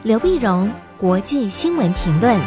刘必荣国际新闻评论。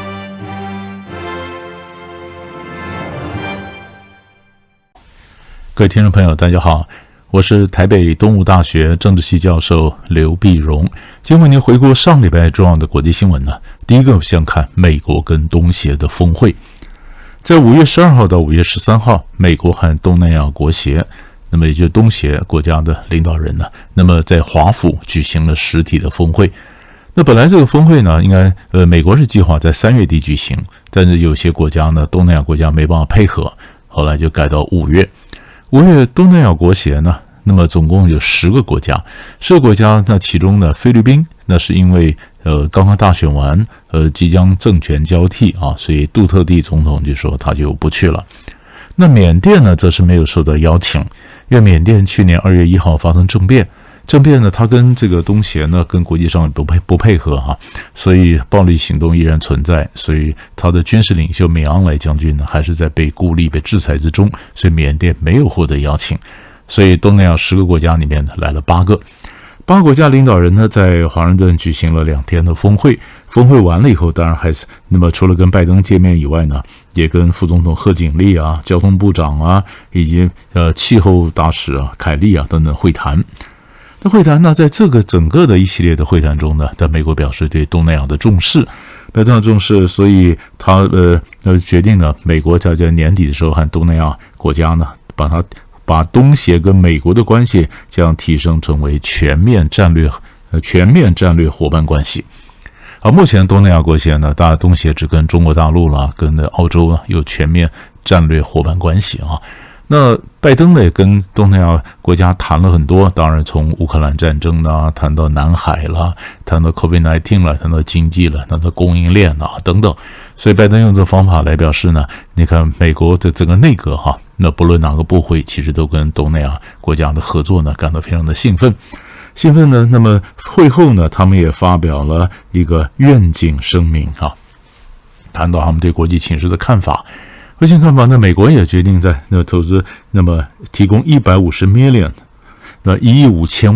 各位听众朋友大家好，我是台北东吴大学政治系教授刘必荣。今天为您回顾上礼拜重要的国际新闻呢。第一个，我想看美国跟东协的峰会。在5月12号到5月13号，美国和东南亚国协，那么也就是东协国家的领导人呢，那么在华府举行了实体的峰会。那本来这个峰会呢，应该美国是计划在3月底举行，但是有些国家呢，东南亚国家没办法配合，后来就改到5月。5月东南亚国协呢，那么总共有10个国家，10个国家，那其中呢，菲律宾那是因为刚刚大选完，即将政权交替啊，所以杜特地总统就说他就不去了。那缅甸呢，则是没有受到邀请，因为缅甸去年2月1号发生政变呢，它跟这个东协呢，跟国际上不配合啊，所以暴力行动依然存在，所以他的军事领袖美昂莱将军呢，还是在被孤立、被制裁之中，所以缅甸没有获得邀请，所以东南亚10个国家里面呢，来了8个国家领导人呢，在华盛顿举行了2天的峰会。峰会完了以后，当然还是那么除了跟拜登见面以外呢，也跟副总统贺锦丽啊、交通部长啊，以及气候大使啊、凯利啊等等会谈。那会谈呢，在这个整个的一系列的会谈中呢，美国表示对东南亚的重视，所以他决定呢，美国在年底的时候和东南亚国家呢，把东协跟美国的关系这样提升成为全面战略伙伴关系。目前东南亚国协呢，大东协只跟中国大陆啦，跟澳洲啊有全面战略伙伴关系啊。那拜登呢也跟东南亚国家谈了很多，当然从乌克兰战争啦，谈到南海啦，谈到 COVID-19 啦，谈到经济啦，谈到供应链啦等等。所以拜登用这个方法来表示呢，你看美国的整个内阁哈，那不论哪个部会，其实都跟东南亚国家的合作呢感到非常的兴奋呢。那么会后呢，他们也发表了一个愿景声明啊，谈到他们对国际情势的看法。国际看法呢，美国也决定在投资，那么提供150 million， 那1亿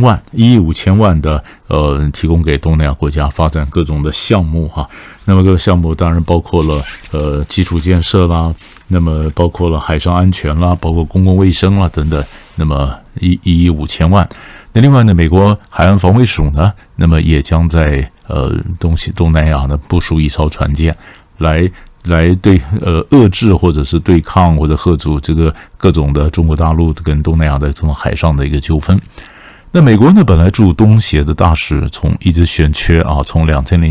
5千万的提供给东南亚国家发展各种的项目哈。那么各个项目当然包括了基础建设啦，那么包括了海上安全啦，包括公共卫生啦等等。那么1亿5千万。那另外呢，美国海岸防卫署呢，那么也将在东南亚呢部署一艘船舰来对遏制或者是对抗或者吓阻这个各种的中国大陆跟东南亚的这种海上的一个纠纷。那美国呢，本来驻东协的大使一直悬缺啊，从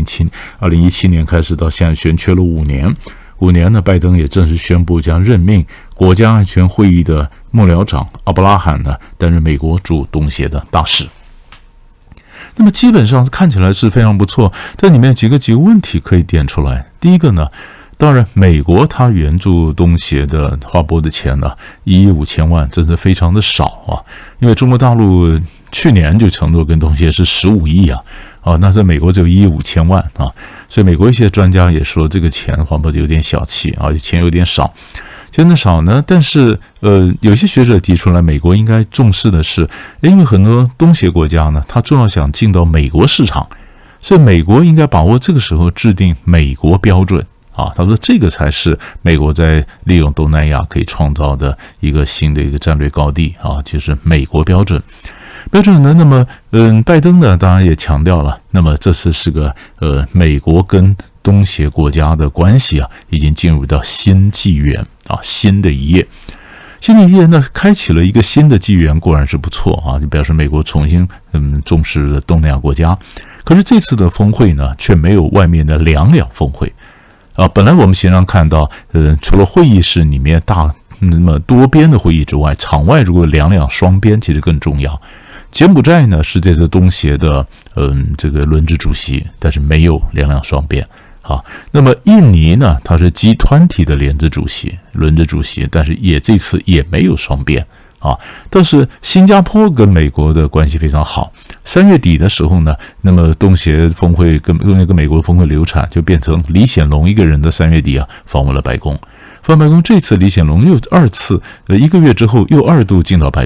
2017年开始到现在悬缺了5年呢，拜登也正式宣布将任命国家安全会议的幕僚长阿布拉罕呢担任美国驻东协的大使。那么基本上看起来是非常不错，但里面几个问题可以点出来。第一个呢，当然美国它援助东协的花拨的钱呢1亿5千万真的非常的少啊，因为中国大陆去年就承诺跟东协是15亿啊，那在美国只有1亿5千万啊，所以美国一些专家也说这个钱花拨的有点小气啊，钱有点少。真的少呢，但是有些学者提出来，美国应该重视的是，因为很多东协国家呢，它重要想进到美国市场，所以美国应该把握这个时候制定美国标准啊。他说这个才是美国在利用东南亚可以创造的一个新的一个战略高地啊，就是美国标准呢。那么拜登呢，当然也强调了，那么这次是个美国跟东协国家的关系啊，已经进入到新纪元啊，新的一页，那开启了一个新的纪元，固然是不错啊，就表示美国重新重视了东南亚国家。可是这次的峰会呢，却没有外面的两峰会啊。本来我们形象看到，除了会议室里面那么多边的会议之外，场外如果两双边，其实更重要。柬埔寨呢是这次东协的这个轮值主席，但是没有两双边。好，那么印尼呢，它是G20的轮值主席，但是这次也没有双边啊。但是新加坡跟美国的关系非常好。3月底的时候呢，那么东协峰会跟美国峰会流产，就变成李显龙一个人的3月底啊访问了白宫。这次李显龙又2次，1个月之后又2度进到白宫。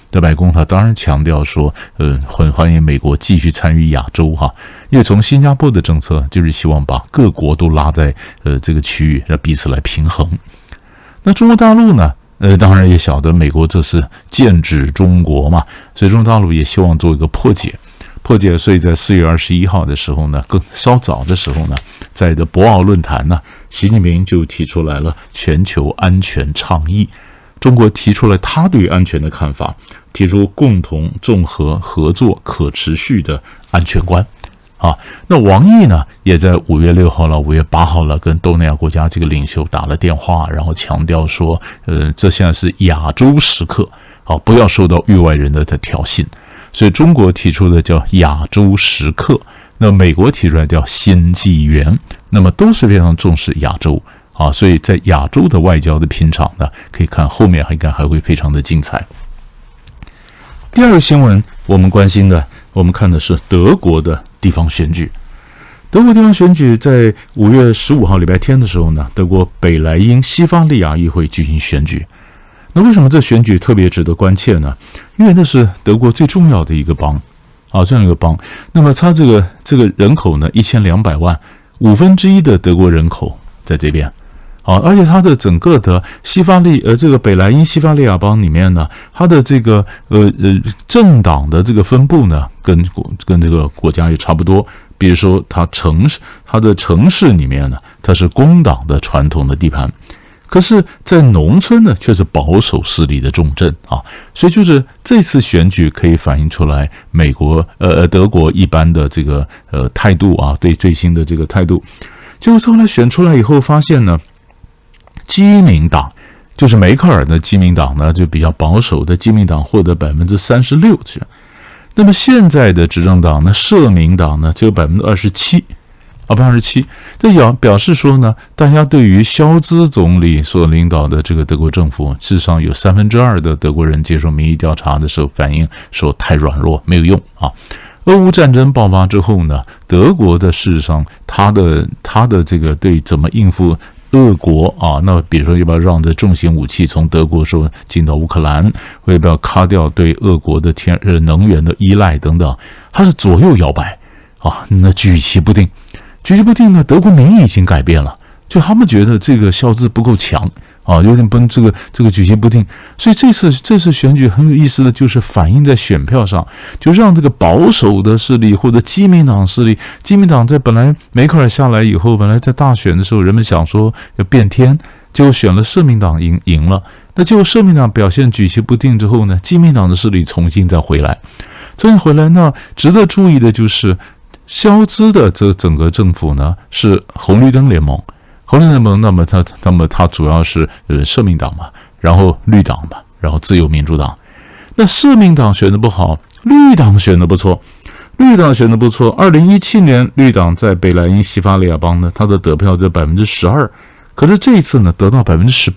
的白宫他当然强调说，很欢迎美国继续参与亚洲哈，因为从新加坡的政策就是希望把各国都拉在这个区域，让彼此来平衡。那中国大陆呢？当然也晓得美国这是剑指中国嘛，所以中国大陆也希望做一个破解，所以在4月21号的时候呢，更稍早的时候呢，在的博鳌论坛呢，习近平就提出来了全球安全倡议，中国提出了他对安全的看法，提出共同、综合、合作、可持续的安全观。那王毅呢，也在5月6号了、5月8号了，跟东南亚国家这个领袖打了电话，然后强调说，这现在是亚洲时刻，不要受到域外人的挑衅。所以中国提出的叫亚洲时刻，那美国提出来叫新纪元，那么都是非常重视亚洲所以在亚洲的外交的拼场呢，可以看后面应该还会非常的精彩。第二个新闻我们关心的，我们看的是德国的地方选举。德国地方选举在5月15号礼拜天的时候呢，德国北莱茵西法利亚议会举行选举。那为什么这选举特别值得关切呢？因为那是德国最重要的一个邦这样一个邦。那么它这个人口呢1200万，1/5的德国人口在这边而且它的整个的这个北莱茵西法利亚邦里面呢，它的这个政党的这个分布呢，跟这个国家也差不多。比如说它的城市里面呢，它是工党的传统的地盘，可是在农村呢却是保守势力的重镇所以就是这次选举可以反映出来德国一般的这个态度对最新的这个态度。结果后来选出来以后发现呢，基民党就是梅克尔的基民党呢，就比较保守的基民党获得 36%， 那么现在的执政党呢，社民党呢只有 27%，这表示说呢，大家对于肖兹总理所领导的这个德国政府，事实上有2/3的德国人接受民意调查的时候反映说太软弱，没有用俄乌战争爆发之后呢，德国的事实上他的这个对怎么应付俄国那比如说要不要让这重型武器从德国说进到乌克兰，会要不要卡掉对俄国的能源的依赖等等，它是左右摇摆那举棋不定呢。德国民意已经改变了，就他们觉得这个肖兹不够强有点不这个举棋不定。所以这次选举很有意思的就是反映在选票上，就让这个保守的势力或者基民党势力，基民党在本来梅克尔下来以后，本来在大选的时候人们想说要变天，结果选了社民党赢了，那结果社民党表现举棋不定之后呢，基民党的势力重新再回来，那值得注意的就是肖兹的这整个政府呢是红绿灯联盟，那么它主要是社民党嘛，然后绿党嘛，然后自由民主党。那社民党选的不好，绿党选的不错。2017年绿党在北莱茵西法利亚邦呢，它的得票在 12%， 可是这一次呢得到 18%。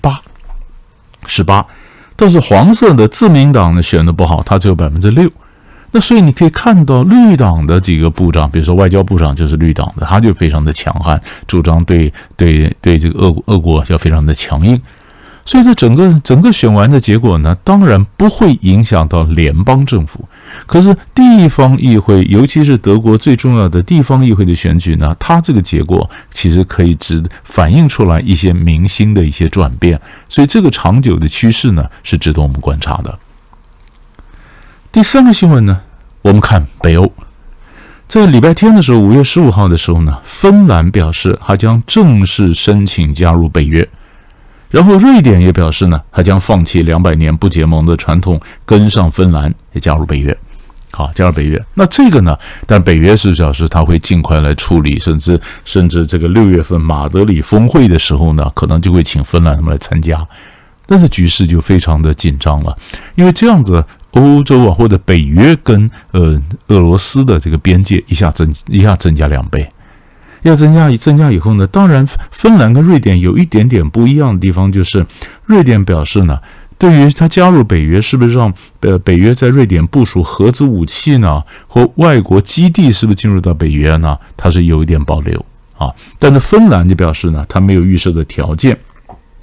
但是黄色的自民党呢选的不好，它只有 6%。那所以你可以看到绿党的几个部长，比如说外交部长就是绿党的，他就非常的强悍，主张对这个俄国要非常的强硬。所以这整个选完的结果呢，当然不会影响到联邦政府，可是地方议会，尤其是德国最重要的地方议会的选举呢，它这个结果其实可以反映出来一些民心的一些转变，所以这个长久的趋势呢是值得我们观察的。第三个新闻呢，我们看北欧。在礼拜天的时候，5月15号的时候呢，芬兰表示它将正式申请加入北约，然后瑞典也表示呢，它将放弃200年不结盟的传统，跟上芬兰也加入北约。加入北约。那这个呢，但北约是表示它会尽快来处理，甚至这个6月份马德里峰会的时候呢，可能就会请芬兰他们来参加。但是局势就非常的紧张了，因为这样子欧洲或者北约跟俄罗斯的这个边界一下增加2倍，要增加以后呢，当然芬兰跟瑞典有一点点不一样的地方，就是瑞典表示呢，对于他加入北约是不是让北约在瑞典部署核子武器呢，或外国基地是不是进入到北约呢，他是有一点保留但是芬兰就表示呢，他没有预设的条件。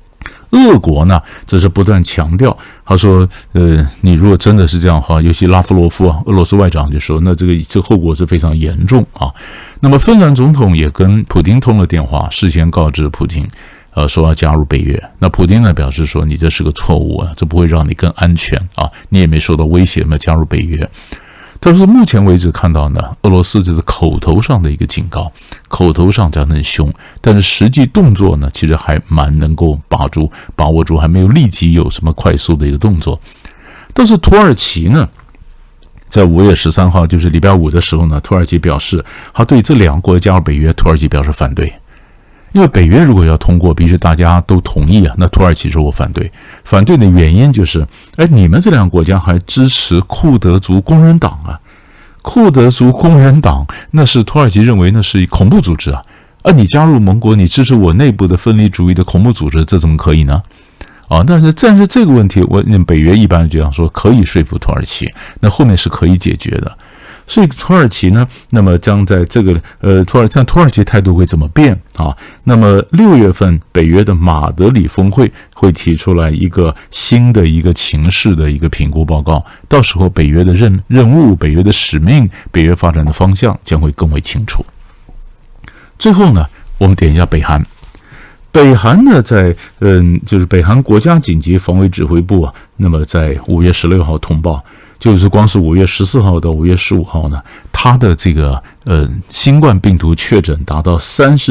俄国呢，则是不断强调，他说，你如果真的是这样的话，尤其拉夫罗夫啊，俄罗斯外长就说，那这后果是非常严重啊。那么芬兰总统也跟普丁通了电话，事先告知普丁，说要加入北约。那普丁呢表示说，你这是个错误啊，这不会让你更安全啊，你也没受到威胁嘛，加入北约。但是目前为止看到呢，俄罗斯这是口头上的一个警告，口头上讲得很凶，但是实际动作呢，其实还蛮能够把握住，还没有立即有什么快速的一个动作。但是土耳其呢，在5月13号，就是礼拜五的时候呢，土耳其表示，他对这2个国加入北约，土耳其表示反对。因为北约如果要通过，必须大家都同意啊。那土耳其说我反对，反对的原因就是，你们这2个国家还支持库德族工人党啊，库德族工人党那是土耳其认为那是恐怖组织啊，你加入盟国，你支持我内部的分离主义的恐怖组织，这怎么可以呢？但是这个问题，北约一般这样说，可以说服土耳其，那后面是可以解决的。所以土耳其呢，那么将在这个土耳其态度会怎么变啊？那么6月份北约的马德里峰会会提出来一个新的一个情势的一个评估报告，到时候北约的任务、北约的使命、北约发展的方向将会更为清楚。最后呢，我们点一下北韩。北韩呢，就是北韩国家紧急防卫指挥部啊，那么在5月16号通报。就是光是5月14号到5月15号呢，它的这个新冠病毒确诊达到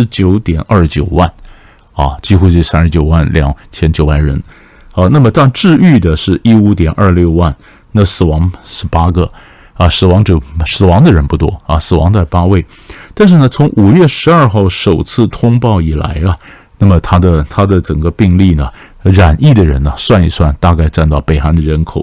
39.29 万啊，几乎是39万2900人。那么但治愈的是 15.26 万，那死亡是8个啊，死亡的人不多啊，死亡的8位。但是呢，从5月12号首次通报以来啊，那么它的整个病例呢，染疫的人呢，算一算，大概占到北韩的人口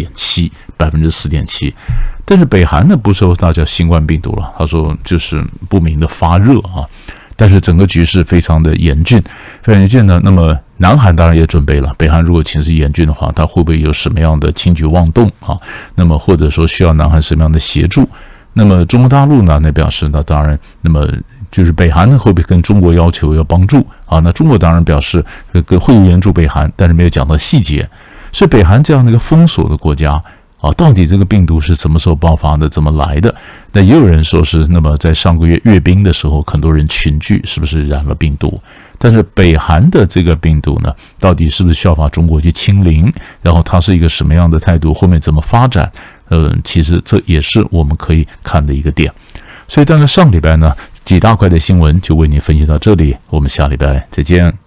4.7%。但是北韩呢，不说那叫新冠病毒了，他说就是不明的发热啊。但是整个局势非常的严峻，非常严峻呢。那么南韩当然也准备了，北韩如果情势严峻的话，他会不会有什么样的轻举妄动啊？那么或者说需要南韩什么样的协助？那么中国大陆呢，那表示那当然，那么就是北韩呢会不会跟中国要求要帮助啊？那中国当然表示会援助北韩，但是没有讲到细节。所以北韩这样的一个封锁的国家啊，到底这个病毒是什么时候爆发的，怎么来的？那也有人说是，那么在上个月阅兵的时候，很多人群聚，是不是染了病毒？但是北韩的这个病毒呢，到底是不是效法中国去清零？然后它是一个什么样的态度？后面怎么发展？其实这也是我们可以看的一个点。所以大概上礼拜呢，几大块的新闻就为你分析到这里，我们下礼拜再见。